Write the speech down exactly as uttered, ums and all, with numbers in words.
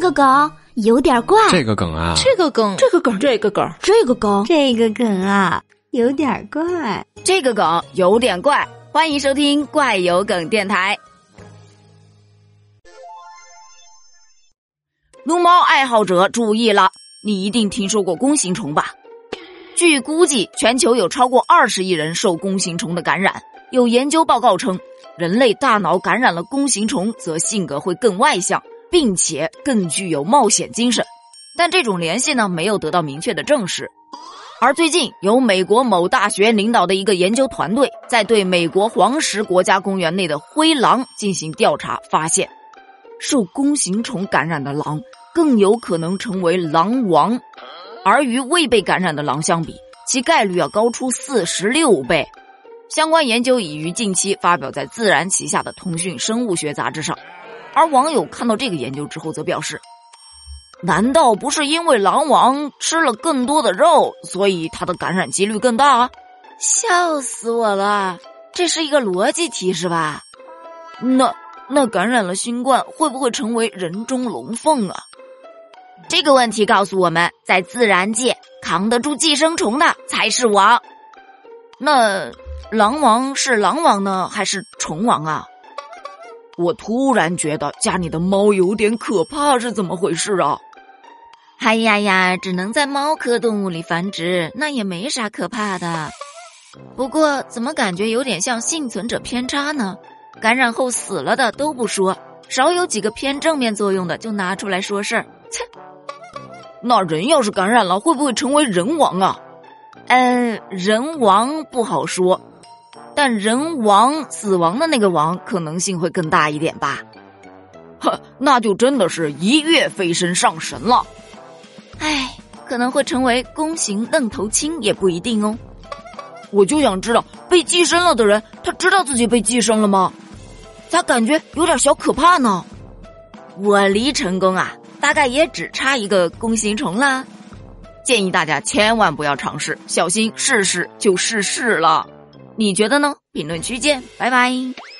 个梗有点怪， 这个梗啊， 这个梗， 这个梗，这个梗， 这个梗， 这个梗啊，有点怪， 这个梗有点怪。欢迎收听怪有梗电台。撸猫爱好者注意了，你一定听说过弓形虫吧？据估计，全球有超过二十亿人受弓形虫的感染。有研究报告称，人类大脑感染了弓形虫，则性格会更外向，并且更具有冒险精神。但这种联系呢，没有得到明确的证实。而最近，由美国某大学领导的一个研究团队，在对美国黄石国家公园内的灰狼进行调查，发现，受弓形虫感染的狼更有可能成为狼王，而与未被感染的狼相比，其概率要高出四十六倍。相关研究已于近期发表在《自然》旗下的通讯生物学杂志上。而网友看到这个研究之后则表示，难道不是因为狼王吃了更多的肉，所以他的感染几率更大？笑死我了，这是一个逻辑题是吧？那那感染了新冠会不会成为人中龙凤啊？这个问题告诉我们，在自然界扛得住寄生虫的才是王。那狼王是狼王呢，还是虫王啊？我突然觉得家里的猫有点可怕，是怎么回事啊？哎呀呀，只能在猫科动物里繁殖，那也没啥可怕的。不过怎么感觉有点像幸存者偏差呢？感染后死了的都不说，少有几个偏正面作用的就拿出来说事儿。切，那人要是感染了，会不会成为人王啊？呃，人王不好说，但人王死亡的那个王可能性会更大一点吧。呵，那就真的是一跃飞升上神了。唉，可能会成为弓形愣头青也不一定哦。我就想知道，被寄生了的人，他知道自己被寄生了吗？咋感觉有点小可怕呢？我离成功啊，大概也只差一个弓形虫啦。建议大家千万不要尝试，小心试试就试试了。你觉得呢？评论区见，拜拜。